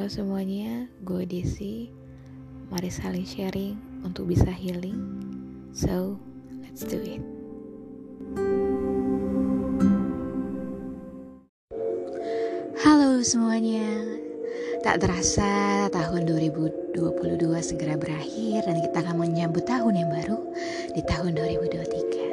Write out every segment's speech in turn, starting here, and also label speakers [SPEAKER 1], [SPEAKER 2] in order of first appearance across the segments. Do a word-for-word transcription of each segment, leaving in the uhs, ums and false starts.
[SPEAKER 1] Halo semuanya, gue Desi. Mari saling sharing untuk bisa healing. So, let's do it. Halo semuanya. Tak terasa tahun dua ribu dua puluh dua segera berakhir dan kita akan menyambut tahun yang baru di tahun dua ribu dua puluh tiga.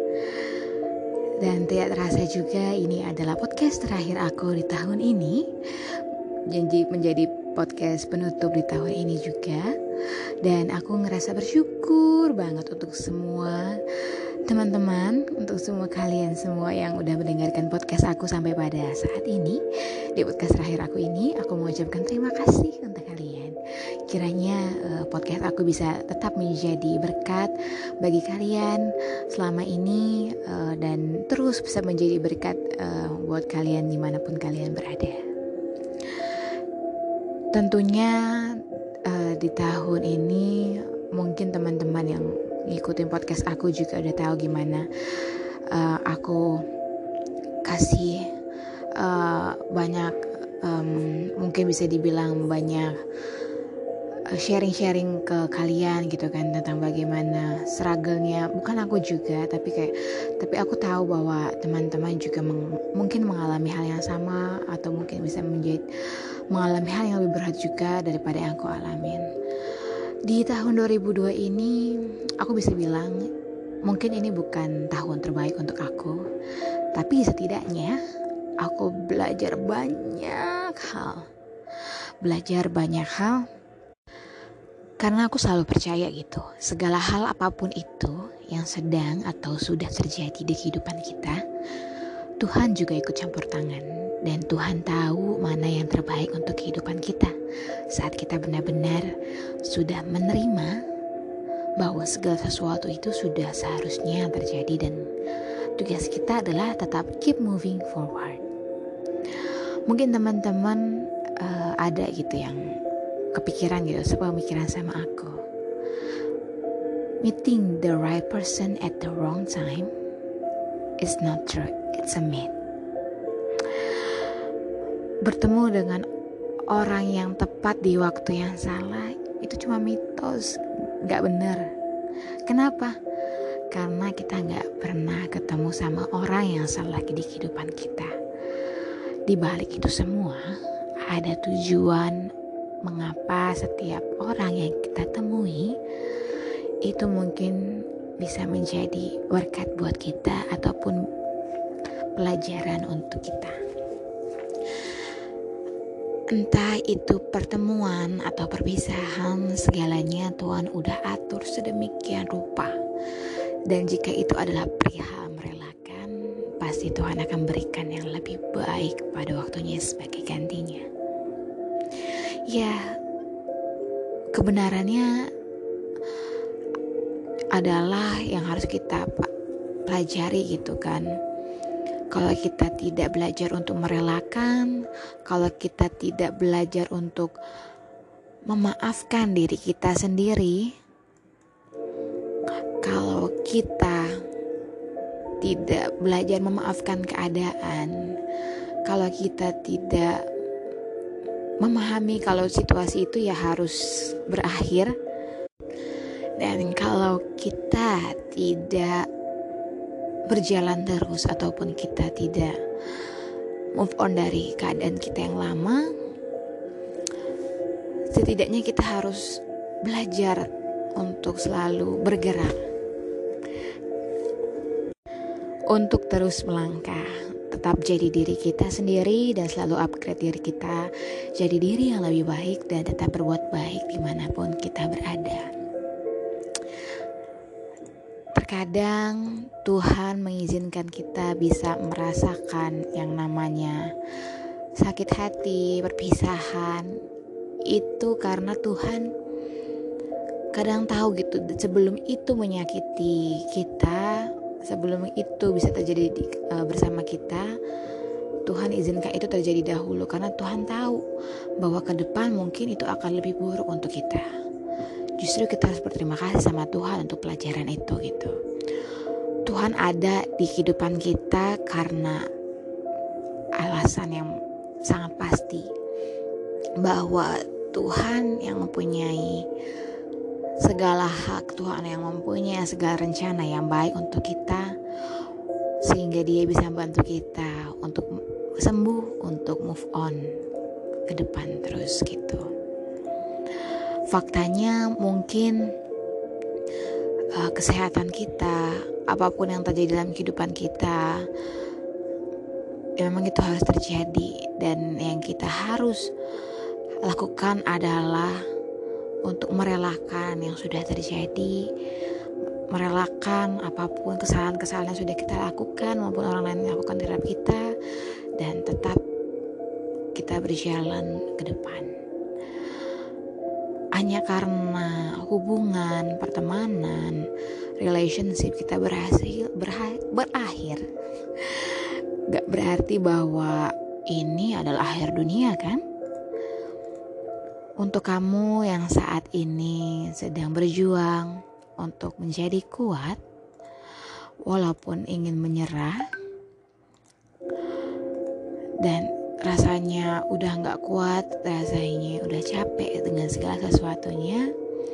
[SPEAKER 1] Dan tidak terasa juga ini adalah podcast terakhir aku di tahun ini. Janji menjadi podcast penutup di tahun ini juga. Dan aku ngerasa bersyukur banget untuk semua teman-teman, untuk semua kalian semua yang udah mendengarkan podcast aku sampai pada saat ini. Di podcast terakhir aku ini, aku mengucapkan terima kasih untuk kalian. Kiranya uh, podcast aku bisa tetap menjadi berkat bagi kalian selama ini uh, dan terus bisa menjadi berkat uh, buat kalian dimanapun kalian berada. Tentunya uh, di tahun ini mungkin teman-teman yang ngikutin podcast aku juga udah tahu gimana uh, aku kasih uh, banyak um, mungkin bisa dibilang banyak uh, sharing-sharing ke kalian gitu kan tentang bagaimana struggle-nya, bukan aku juga tapi kayak tapi aku tahu bahwa teman-teman juga meng, mungkin mengalami hal yang sama atau mungkin bisa menjadi mengalami hal yang lebih berat juga daripada yang aku alamin. Di tahun dua ribu dua ini aku bisa bilang mungkin ini bukan tahun terbaik untuk aku, tapi setidaknya aku belajar banyak hal. Belajar banyak hal karena aku selalu percaya gitu, segala hal apapun itu yang sedang atau sudah terjadi di kehidupan kita, Tuhan juga ikut campur tangan. Dan Tuhan tahu mana yang terbaik untuk kehidupan kita. Saat kita benar-benar sudah menerima bahwa segala sesuatu itu sudah seharusnya terjadi dan tugas kita adalah tetap keep moving forward. Mungkin teman-teman uh, ada gitu yang kepikiran gitu, sepemikiran sama aku. Meeting the right person at the wrong time is not true, it's a myth. Bertemu dengan orang yang tepat di waktu yang salah itu cuma mitos, gak bener. Kenapa? Karena kita gak pernah ketemu sama orang yang salah di kehidupan kita. Di balik itu semua ada tujuan mengapa setiap orang yang kita temui itu mungkin bisa menjadi berkat buat kita ataupun pelajaran untuk kita. Entah itu pertemuan atau perpisahan, segalanya Tuhan udah atur sedemikian rupa. Dan jika itu adalah perihal merelakan, pasti Tuhan akan berikan yang lebih baik pada waktunya sebagai gantinya. Ya, kebenarannya adalah yang harus kita pelajari gitu kan. Kalau kita tidak belajar untuk merelakan, kalau kita tidak belajar untuk memaafkan diri kita sendiri, kalau kita tidak belajar memaafkan keadaan, kalau kita tidak memahami kalau situasi itu ya harus berakhir, dan kalau kita tidak berjalan terus ataupun kita tidak move on dari keadaan kita yang lama, setidaknya kita harus belajar untuk selalu bergerak, untuk terus melangkah, tetap jadi diri kita sendiri dan selalu upgrade diri kita jadi diri yang lebih baik dan tetap berbuat baik dimanapun kita berada. Terkadang Tuhan mengizinkan kita bisa merasakan yang namanya sakit hati, perpisahan. Itu karena Tuhan kadang tahu gitu, sebelum itu menyakiti kita, sebelum itu bisa terjadi di, uh, bersama kita, Tuhan izinkan itu terjadi dahulu. Karena Tuhan tahu bahwa ke depan mungkin itu akan lebih buruk untuk kita. Justru kita harus berterima kasih sama Tuhan untuk pelajaran itu gitu. Tuhan ada di kehidupan kita karena alasan yang sangat pasti. bahwa Tuhan yang mempunyai segala hak, Tuhan yang mempunyai segala rencana yang baik untuk kita, sehingga Dia bisa membantu kita untuk sembuh, untuk move on ke depan terus gitu. Faktanya mungkin uh, kesehatan kita, apapun yang terjadi dalam kehidupan kita, ya memang itu harus terjadi, dan yang kita harus lakukan adalah untuk merelakan yang sudah terjadi, merelakan apapun kesalahan-kesalahan yang sudah kita lakukan maupun orang lain yang lakukan terhadap kita, dan tetap kita berjalan ke depan. Hanya karena hubungan, pertemanan, relationship kita berhasil berha- berakhir, gak berarti bahwa ini adalah akhir dunia kan? Untuk kamu yang saat ini sedang berjuang untuk menjadi kuat, walaupun ingin menyerah, dan rasanya udah gak kuat, rasanya udah capek dengan segala sesuatunya,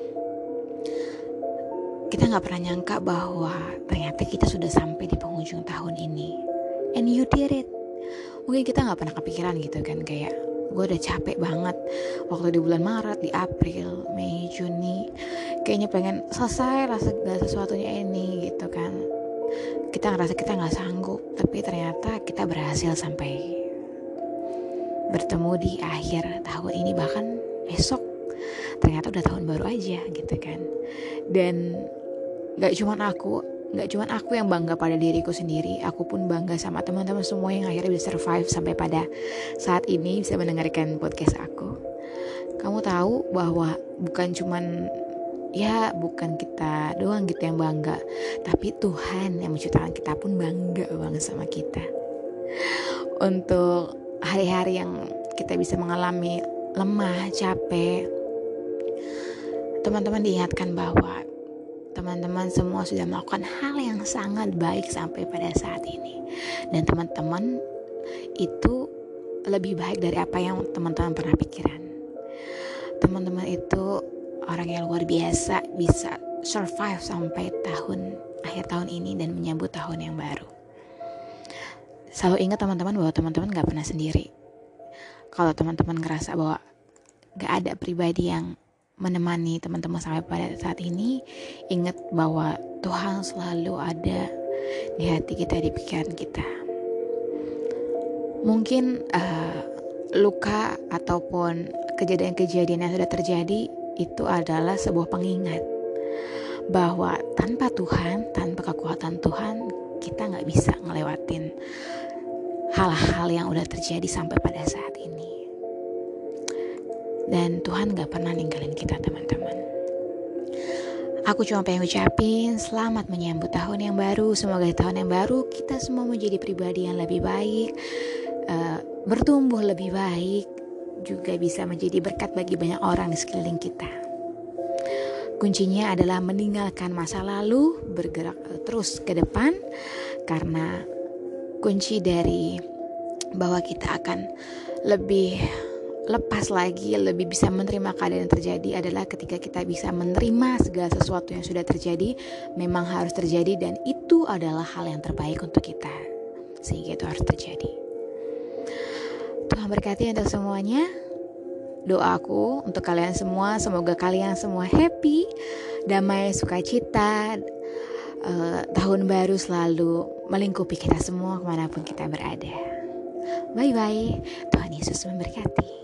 [SPEAKER 1] kita gak pernah nyangka bahwa ternyata kita sudah sampai di penghujung tahun ini. And you did it. Mungkin kita gak pernah kepikiran gitu kan, kayak gue udah capek banget waktu di bulan Maret, di April, Mei, Juni, kayaknya pengen selesai lah segala sesuatunya ini gitu kan. Kita ngerasa kita gak sanggup, tapi ternyata kita berhasil sampai bertemu di akhir tahun ini. Bahkan besok ternyata udah tahun baru aja gitu kan. Dan gak cuman aku Gak cuman aku yang bangga pada diriku sendiri, aku pun bangga sama teman-teman semua yang akhirnya bisa survive sampai pada saat ini bisa mendengarkan podcast aku. Kamu tahu bahwa bukan cuman ya bukan kita doang gitu yang bangga, tapi Tuhan yang menciptakan kita pun bangga banget sama kita. Untuk hari-hari yang kita bisa mengalami lemah, capek, teman-teman diingatkan bahwa teman-teman semua sudah melakukan hal yang sangat baik sampai pada saat ini. Dan teman-teman itu lebih baik dari apa yang teman-teman pernah pikiran. Teman-teman itu orang yang luar biasa, bisa survive sampai tahun akhir tahun ini dan menyambut tahun yang baru. Selalu ingat teman-teman bahwa teman-teman gak pernah sendiri. Kalau teman-teman ngerasa bahwa gak ada pribadi yang menemani teman-teman sampai pada saat ini, ingat bahwa Tuhan selalu ada di hati kita, di pikiran kita. Mungkin uh, luka ataupun kejadian-kejadian yang sudah terjadi itu adalah sebuah pengingat bahwa tanpa Tuhan, tanpa kekuatan Tuhan, kita gak bisa ngelewatin hal-hal yang udah terjadi sampai pada saat ini. Dan Tuhan gak pernah ninggalin kita teman-teman. Aku cuma pengen ucapin selamat menyambut tahun yang baru. Semoga di tahun yang baru kita semua menjadi pribadi yang lebih baik, uh, bertumbuh lebih baik, juga bisa menjadi berkat bagi banyak orang di sekeliling kita. Kuncinya adalah meninggalkan masa lalu, bergerak terus ke depan, karena kunci dari bahwa kita akan lebih lepas lagi, lebih bisa menerima keadaan yang terjadi adalah ketika kita bisa menerima segala sesuatu yang sudah terjadi, memang harus terjadi, dan itu adalah hal yang terbaik untuk kita, sehingga itu harus terjadi. Tuhan berkati untuk semuanya. Doaku untuk kalian semua, semoga kalian semua happy, damai, sukacita, uh, tahun baru selalu melingkupi kita semua kemanapun kita berada. Bye bye, Tuhan Yesus memberkati.